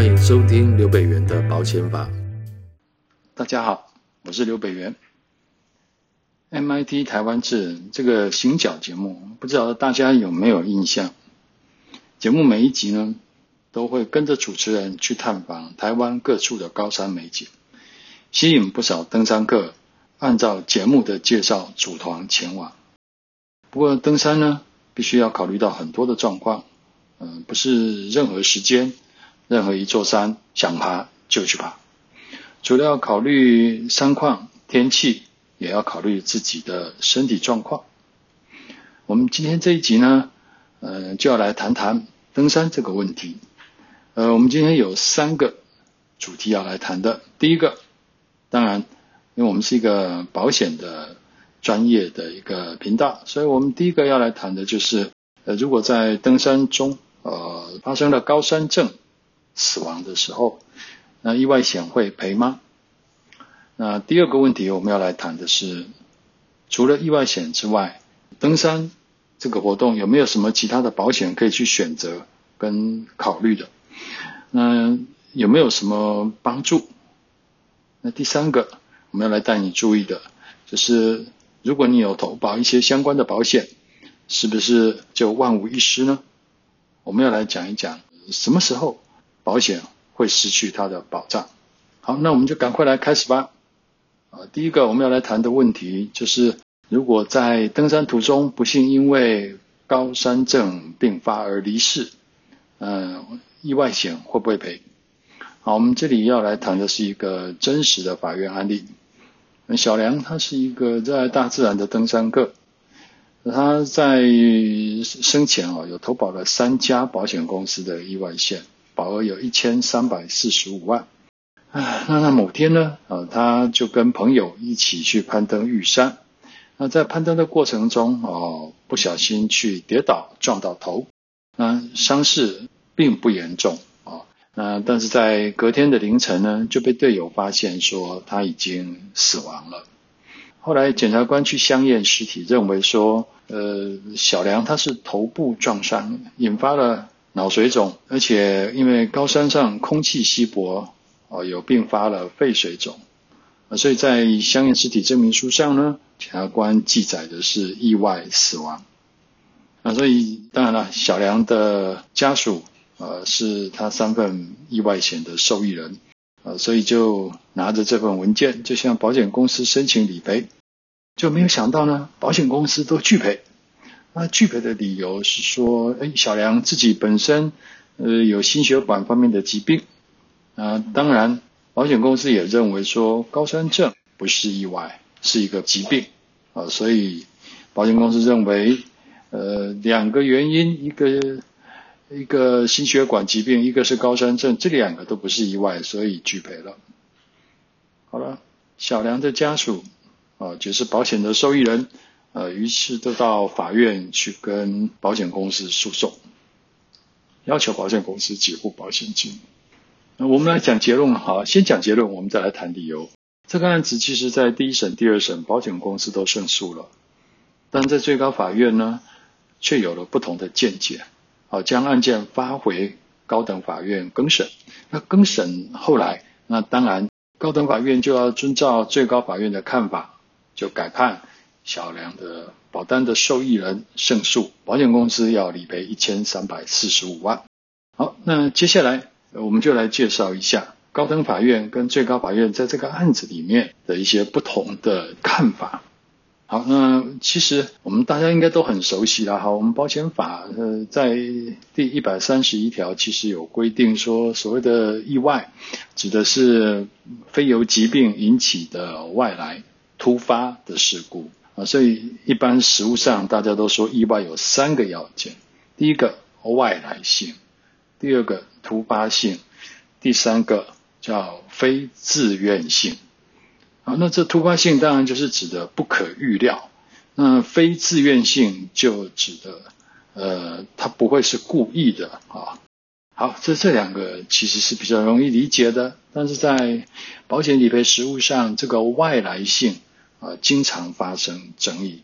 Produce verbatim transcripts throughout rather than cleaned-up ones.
欢迎收听刘北元的保险法。 大家好，我是刘北元。M I T 台湾志这个行脚节目，不知道大家有没有印象？节目每一集呢，都会跟着主持人去探访台湾各处的高山美景，吸引不少登山客按照节目的介绍组团前往。不过登山呢，必须要考虑到很多的状况，呃，不是任何时间、任何一座山想爬就去爬。除了要考虑山况、天气，也要考虑自己的身体状况。我们今天这一集呢，呃，就要来谈谈登山这个问题。呃，我们今天有三个主题要来谈的。第一个，当然，因为我们是一个保险的专业的一个频道，所以我们第一个要来谈的就是，呃，如果在登山中，呃，发生了高山症死亡的时候，那意外险会赔吗？那第二个问题我们要来谈的是，除了意外险之外，登山这个活动有没有什么其他的保险可以去选择跟考虑的？那有没有什么帮助？那第三个我们要来带你注意的，就是如果你有投保一些相关的保险，是不是就万无一失呢？我们要来讲一讲什么时候保险会失去它的保障。好，那我们就赶快来开始吧。啊，第一个我们要来谈的问题就是，如果在登山途中不幸因为高山症并发而离世，呃，意外险会不会赔？好，我们这里要来谈的是一个真实的法院案例。小梁他是一个热爱大自然的登山客，他在生前哦有投保了三家保险公司的意外险，保额有一千三百四十五万。啊，那那某天呢，呃，他就跟朋友一起去攀登玉山。那在攀登的过程中，哦，不小心去跌倒，撞到头。那伤势并不严重，哦，那但是在隔天的凌晨呢，就被队友发现说他已经死亡了。后来检察官去相验尸体，认为说，呃，小梁他是头部撞伤，引发了脑水肿，而且因为高山上空气稀薄。哦，有并发了肺水肿，啊，所以在相验尸体证明书上呢，检察官记载的是意外死亡。啊，所以当然了，小梁的家属呃是他三份意外险的受益人，呃，所以就拿着这份文件就向保险公司申请理赔，就没有想到呢，保险公司都拒赔。那拒赔的理由是说，哎，小梁自己本身呃有心血管方面的疾病。啊，当然，保险公司也认为说高山症不是意外，是一个疾病啊，所以保险公司认为，呃，两个原因，一个一个心血管疾病，一个是高山症，这两个都不是意外，所以拒赔了。好了，小梁的家属啊，就是保险的受益人，呃，于是都到法院去跟保险公司诉讼，要求保险公司给付保险金。我们来讲结论，好，先讲结论，我们再来谈理由。这个案子其实在第一审、第二审，保险公司都胜诉了，但在最高法院呢，却有了不同的见解，好，将案件发回高等法院更审。那更审后来，那当然高等法院就要遵照最高法院的看法，就改判小梁的保单的受益人胜诉，保险公司要理赔一千三百四十五万。好，那接下来我们就来介绍一下高等法院跟最高法院在这个案子里面的一些不同的看法。好，那其实我们大家应该都很熟悉啦。好，我们保险法呃在第一百三十一条其实有规定说，所谓的意外指的是非由疾病引起的外来突发的事故啊，所以一般实务上大家都说意外有三个要件，第一个外来性，第二个突发性，第三个叫非自愿性。好，那这突发性当然就是指的不可预料，那非自愿性就指的呃，它不会是故意的啊。好，这这两个其实是比较容易理解的，但是在保险理赔实务上，这个外来性啊、呃、经常发生争议。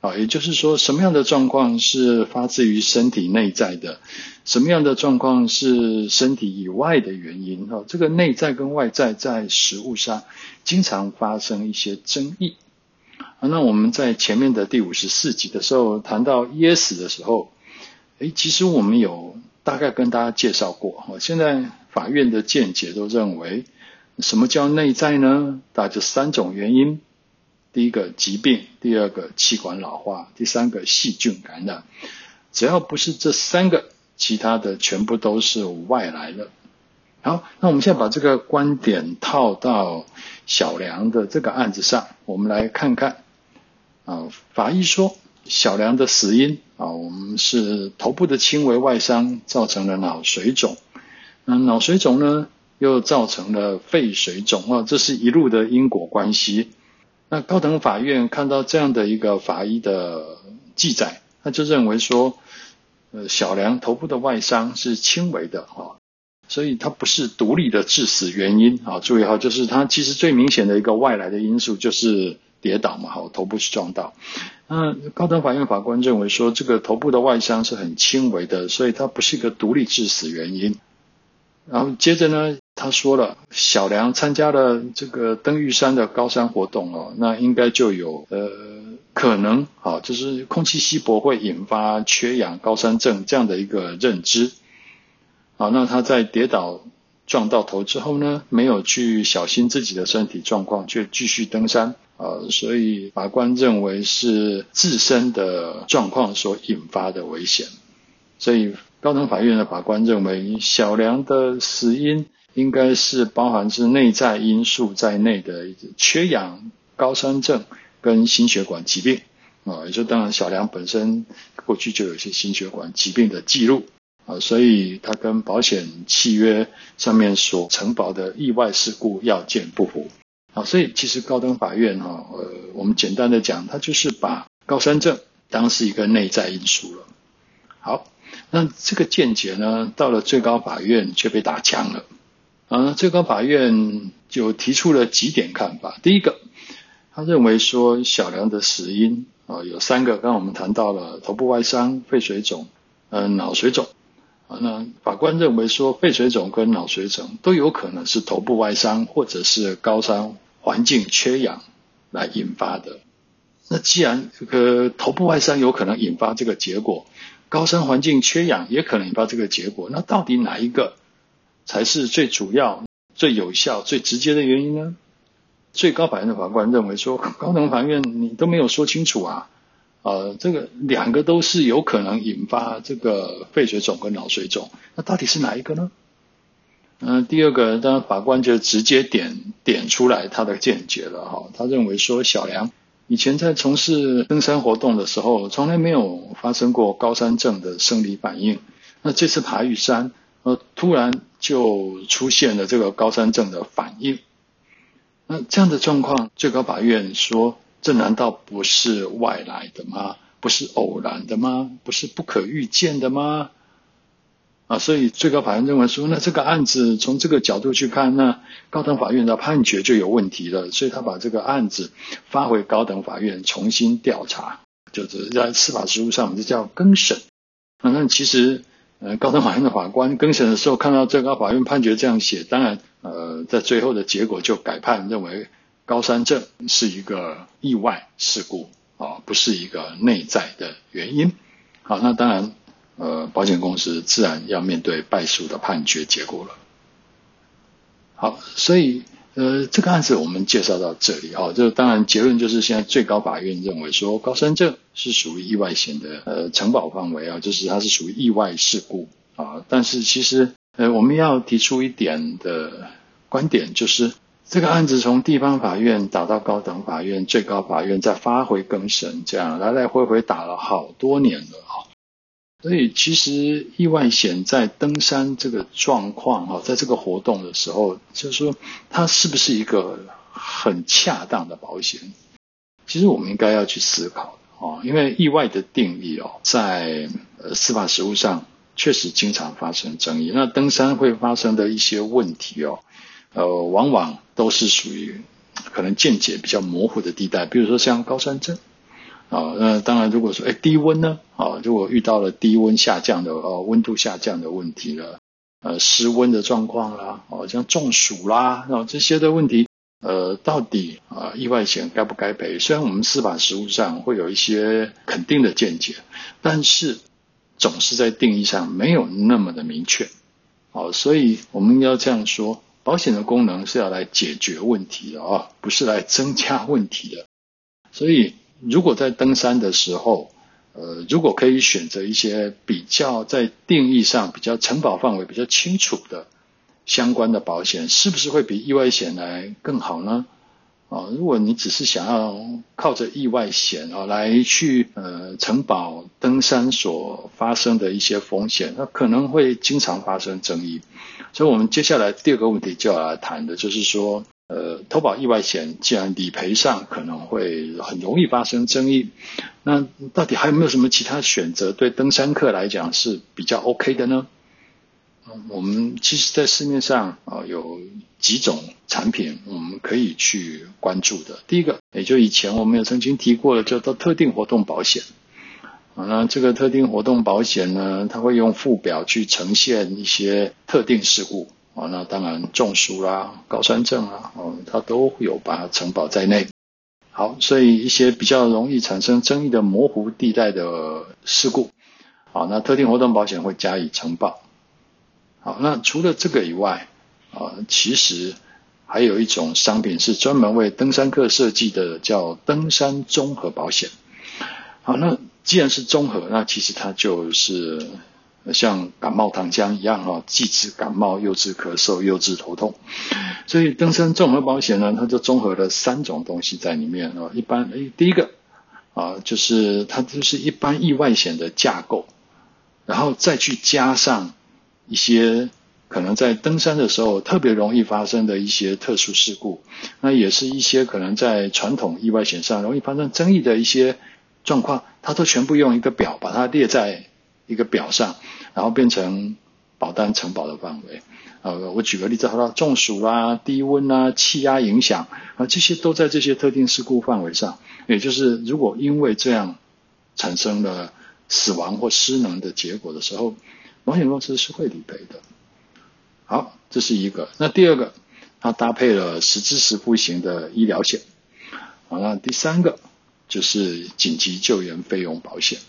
啊，也就是说什么样的状况是发自于身体内在的，什么样的状况是身体以外的原因，啊，这个内在跟外在在实务上经常发生一些争议。啊，那我们在前面的第五十四集的时候谈到耶死的时候，诶，其实我们有大概跟大家介绍过，现在法院的见解都认为什么叫内在呢？大概就三种原因，第一个疾病，第二个气管老化，第三个细菌感染。只要不是这三个，其他的全部都是外来的。好，那我们现在把这个观点套到小梁的这个案子上，我们来看看啊，法医说小梁的死因啊，我们是头部的轻微外伤造成了脑水肿，那脑水肿呢又造成了肺水肿啊，这是一路的因果关系。那高等法院看到这样的一个法医的记载，他就认为说，呃，小梁头部的外伤是轻微的啊，所以它不是独立的致死原因啊。注意哈，就是它其实最明显的一个外来的因素就是跌倒嘛，好，头部是撞到。那高等法院法官认为说，这个头部的外伤是很轻微的，所以它不是一个独立致死原因。然后接着呢，他说了，小梁参加了这个登玉山的高山活动哦，那应该就有呃可能啊，就是空气稀薄会引发缺氧高山症这样的一个认知。好，那他在跌倒撞到头之后呢，没有去小心自己的身体状况，却继续登山啊，所以法官认为是自身的状况所引发的危险。所以高等法院的法官认为，小梁的死因应该是包含是内在因素在内的缺氧、高山症跟心血管疾病啊，也就当然小梁本身过去就有一些心血管疾病的记录啊，所以他跟保险契约上面所承保的意外事故要件不符啊，所以其实高等法院哈，呃，我们简单的讲，他就是把高山症当是一个内在因素了。好。那这个见解呢，到了最高法院却被打枪了。啊，最高法院就提出了几点看法。第一个，他认为说小梁的死因啊有三个，刚刚我们谈到了头部外伤、肺水肿、呃脑水肿。啊，那法官认为说肺水肿跟脑水肿都有可能是头部外伤或者是高山环境缺氧来引发的。那既然这个头部外伤有可能引发这个结果，高山环境缺氧也可能引发这个结果，那到底哪一个才是最主要、最有效、最直接的原因呢？最高法院的法官认为说，高等法院你都没有说清楚啊，呃，这个两个都是有可能引发这个肺水肿跟脑水肿，那到底是哪一个呢？嗯、呃，第二个，当然法官就直接点点出来他的见解了哈，他认为说小梁以前在从事登山活动的时候，从来没有发生过高山症的生理反应。那这次爬玉山，呃，突然就出现了这个高山症的反应。那这样的状况，最高法院说，这难道不是外来的吗？不是偶然的吗？不是不可预见的吗？啊，所以最高法院认为说，那这个案子从这个角度去看，那高等法院的判决就有问题了，所以他把这个案子发回高等法院重新调查，就是在司法实务上我们就叫更审。啊，那其实呃高等法院的法官更审的时候看到最高法院判决这样写，当然呃在最后的结果就改判，认为高山症是一个意外事故啊，不是一个内在的原因。好，那当然呃，保险公司自然要面对败诉的判决结果了。好，所以呃，这个案子我们介绍到这里哈，这当然结论就是现在最高法院认为说高山症是属于意外险的呃承保范围啊，就是它是属于意外事故啊。但是其实呃，我们要提出一点的观点，就是这个案子从地方法院打到高等法院、最高法院，再发回更审，这样来来回回打了好多年了啊。所以其实意外险在登山这个状况哈，在这个活动的时候，就是说它是不是一个很恰当的保险？其实我们应该要去思考哦，因为意外的定义哦，在呃司法实务上确实经常发生争议。那登山会发生的一些问题哦，呃，往往都是属于可能见解比较模糊的地带，比如说像高山症。 啊，那当然如果说哎低温呢，啊，如果遇到了低温下降的哦温度下降的问题了，呃失温的状况啦，哦像中暑啦，哦这些的问题，呃到底啊意外险该不该赔？虽然我们司法实务上会有一些肯定的见解，但是总是在定义上没有那么的明确。好，所以我们要这样说，保险的功能是要来解决问题的啊，不是来增加问题的。所以如果在登山的时候，呃，如果可以选择一些比较在定义上比较承保范围比较清楚的相关的保险，是不是会比意外险来更好呢？啊，如果你只是想要靠着意外险啊来去呃承保登山所发生的一些风险，那可能会经常发生争议。所以我们接下来第二个问题就要来谈的就是说，呃，投保意外险既然理赔上可能会很容易发生争议，那到底还有没有什么其他选择对登山客来讲是比较 OK 的呢？我们其实在市面上啊有几种产品我们可以去关注的。第一个，也就以前我们有曾经提过的，叫做特定活动保险。啊，那这个特定活动保险呢，它会用附表去呈现一些特定事故。啊，那当然中暑啦、高山症啦，哦，它都有把它承保在内。好，所以一些比较容易产生争议的模糊地带的事故，好，那特定活动保险会加以承保。好，那除了这个以外，啊，其实还有一种商品是专门为登山客设计的，叫登山综合保险。好，那既然是综合，那其实它就是像感冒糖浆一样哈，既治感冒，又治咳嗽，又治头痛。所以登山综合保险呢，它就综合了三种东西在里面啊。一般，第一个啊，就是它就是一般意外险的架构，然后再去加上一些可能在登山的时候特别容易发生的一些特殊事故，那也是一些可能在传统意外险上容易发生争议的一些状况，它都全部用一个表把它列在一个表上，然后变成保单承保的范围。呃，我举个例子好了，中暑啦、低温啦、气压影响啊，这些都在这些特定事故范围上。也就是如果因为这样产生了死亡或失能的结果的时候，保险公司是会理赔的。好，这是一个。那第二个，它搭配了实支实付型的医疗险。好，那第三个就是紧急救援费用保险。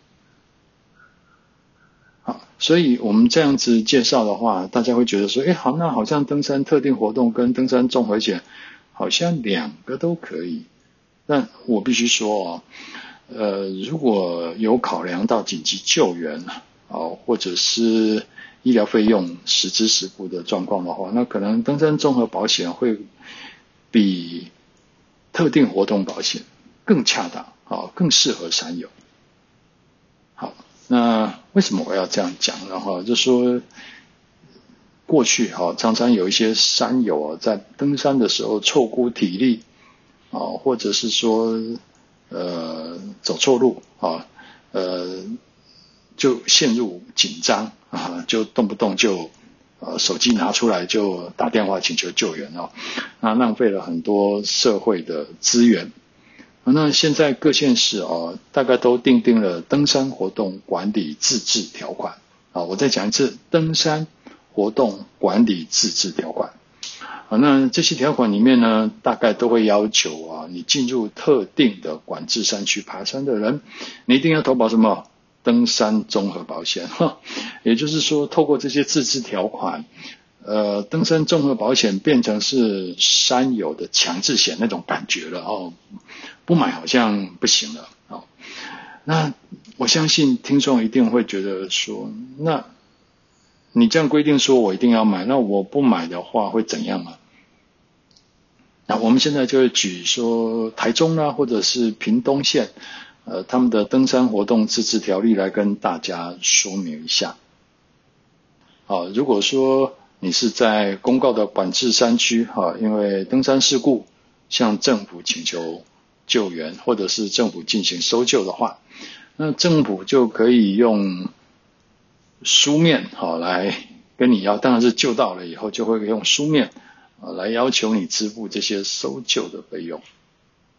好，所以我们这样子介绍的话，大家会觉得说，哎，好，那好像登山特定活动跟登山综合险好像两个都可以。但我必须说哦，呃，如果有考量到紧急救援哦，或者是医疗费用实支实付的状况的话，那可能登山综合保险会比特定活动保险更恰当，哦，更适合山友。好，那为什么我要这样讲呢？哈，就说过去哈，常常有一些山友啊，在登山的时候错估体力啊，或者是说呃走错路啊，呃就陷入紧张啊，就动不动就呃手机拿出来就打电话请求救援哦，那浪费了很多社会的资源。那现在各县市哦，大概都订定了登山活动管理自治条款啊。我再讲一次，登山活动管理自治条款。好，那这些条款里面呢，大概都会要求啊，你进入特定的管制山区爬山的人，你一定要投保什么登山综合保险哈。也就是说，透过这些自治条款，呃，登山综合保险变成是山友的强制险那种感觉了哦，不买好像不行了哦。那我相信听众一定会觉得说，那你这样规定说我一定要买，那我不买的话会怎样啊？那我们现在就会举说台中啦，或者是屏东县，呃，他们的登山活动自治条例来跟大家说明一下。好，如果说你是在公告的管制山区哈，因为登山事故向政府请求救援，或者是政府进行搜救的话，那政府就可以用书面好来跟你要，当然是救到了以后就会用书面啊来要求你支付这些搜救的费用。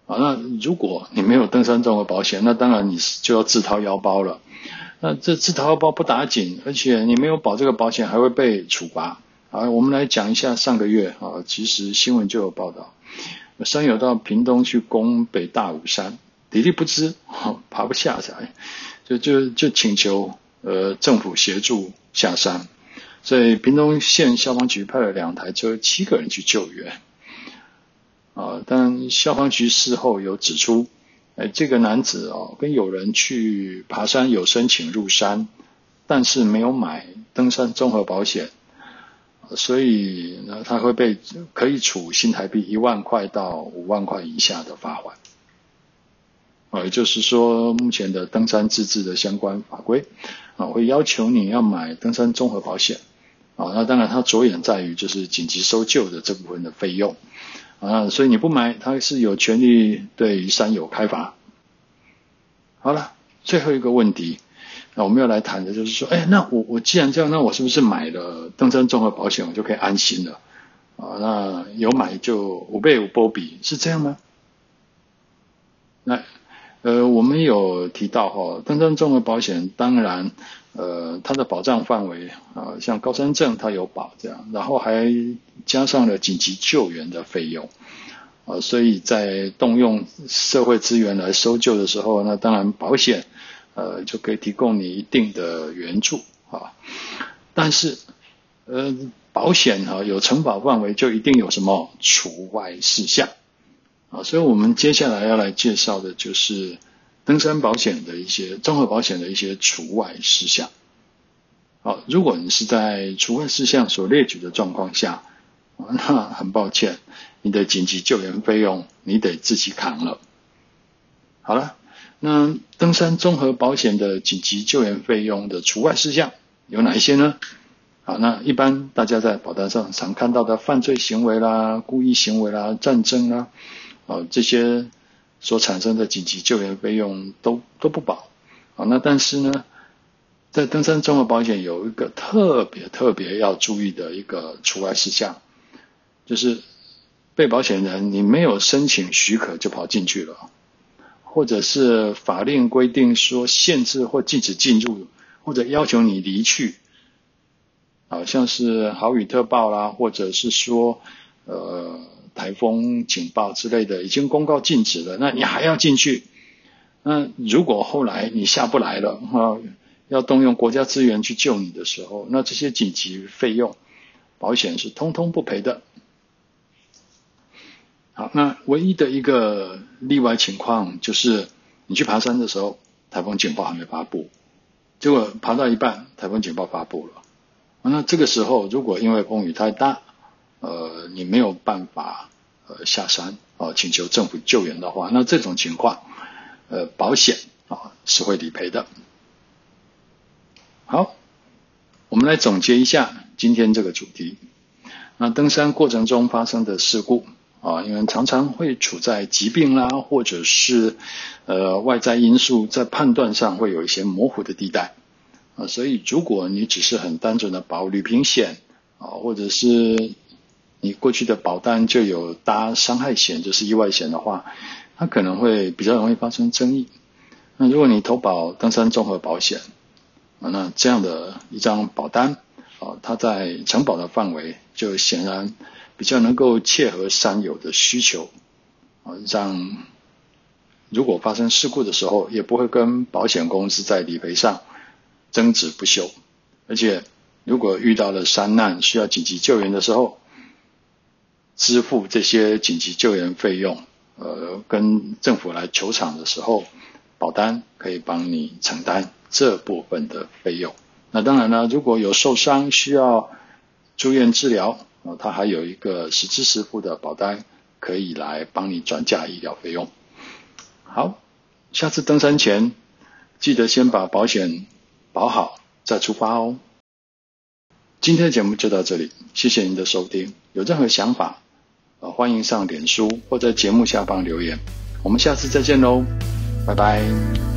啊，那如果你没有登山综合保险，那当然你就要自掏腰包了。那这自掏腰包不打紧，而且你没有保这个保险还会被处罚。啊，我们来讲一下上个月啊，其实新闻就有报道，山友到屏东去攻北大武山，体力不支，啊、爬不下来，就就就请求呃政府协助下山，所以屏东县消防局派了两台车，七个人去救援。啊，但消防局事后有指出，哎，这个男子哦跟友人去爬山，有申请入山，但是没有买登山综合保险，所以呢，他会被可以处新台币一万块到五万块以下的罚款。啊，也就是说，目前的登山自治的相关法规啊，会要求你要买登山综合保险。啊，那当然它着眼在于就是紧急搜救的这部分的费用。啊，所以你不买，他是有权利对于山友开罚。好了，最后一个问题，那我们要来谈的就是说，哎，那我我既然这样，那我是不是买了登山综合保险，我就可以安心了？啊，那有买就五倍五波比，是这样吗？那呃，我们有提到哈、哦，登山综合保险当然，呃，它的保障范围啊，像高山症它有保这样，然后还加上了紧急救援的费用，啊，所以在动用社会资源来搜救的时候，那当然保险，呃，就可以提供你一定的援助啊，但是，呃，保险哈、啊、有承保范围，就一定有什么除外事项。啊，所以我们接下来要来介绍的就是登山保险的一些综合保险的一些除外事项。好，如果你是在除外事项所列举的状况下，那很抱歉，你的紧急救援费用你得自己扛了。好了，那登山综合保险的紧急救援费用的除外事项有哪一些呢？好，那一般大家在保单上常看到的犯罪行为啦、故意行为啦、战争啦，啊，这些所产生的紧急救援费用都都不保。啊，那但是呢，在登山综合保险有一个特别特别要注意的一个除外事项，就是被保险人你没有申请许可就跑进去了，或者是法令规定说限制或禁止进入，或者要求你离去。好像是豪雨特报啦，或者是说呃台风警报之类的已经公告禁止了，那你还要进去，那如果后来你下不来了、啊、要动用国家资源去救你的时候，那这些紧急费用保险是通通不赔的。好，那唯一的一个例外情况就是你去爬山的时候台风警报还没发布，结果爬到一半台风警报发布了，那这个时候如果因为风雨太大，呃，你没有办法呃下山啊、呃，请求政府救援的话，那这种情况，呃，保险啊、呃、是会理赔的。好，我们来总结一下今天这个主题。那登山过程中发生的事故啊，因为常常会处在疾病啦，或者是呃外在因素在判断上会有一些模糊的地带。啊，所以如果你只是很单纯的保旅平险啊，或者是你过去的保单就有搭伤害险，就是意外险的话，它可能会比较容易发生争议。那如果你投保登山综合保险啊，那这样的一张保单啊，它在承保的范围就显然比较能够切合山友的需求啊，让如果发生事故的时候，也不会跟保险公司在理赔上争执不休，而且如果遇到了山难需要紧急救援的时候，支付这些紧急救援费用，呃，跟政府来求偿的时候，保单可以帮你承担这部分的费用。那当然呢，如果有受伤需要住院治疗，呃、它还有一个实支实付的保单可以来帮你转嫁医疗费用。好，下次登山前记得先把保险保好再出发哦。今天的节目就到这里，谢谢您的收听。有任何想法，呃，欢迎上脸书或在节目下方留言。我们下次再见喽，拜拜。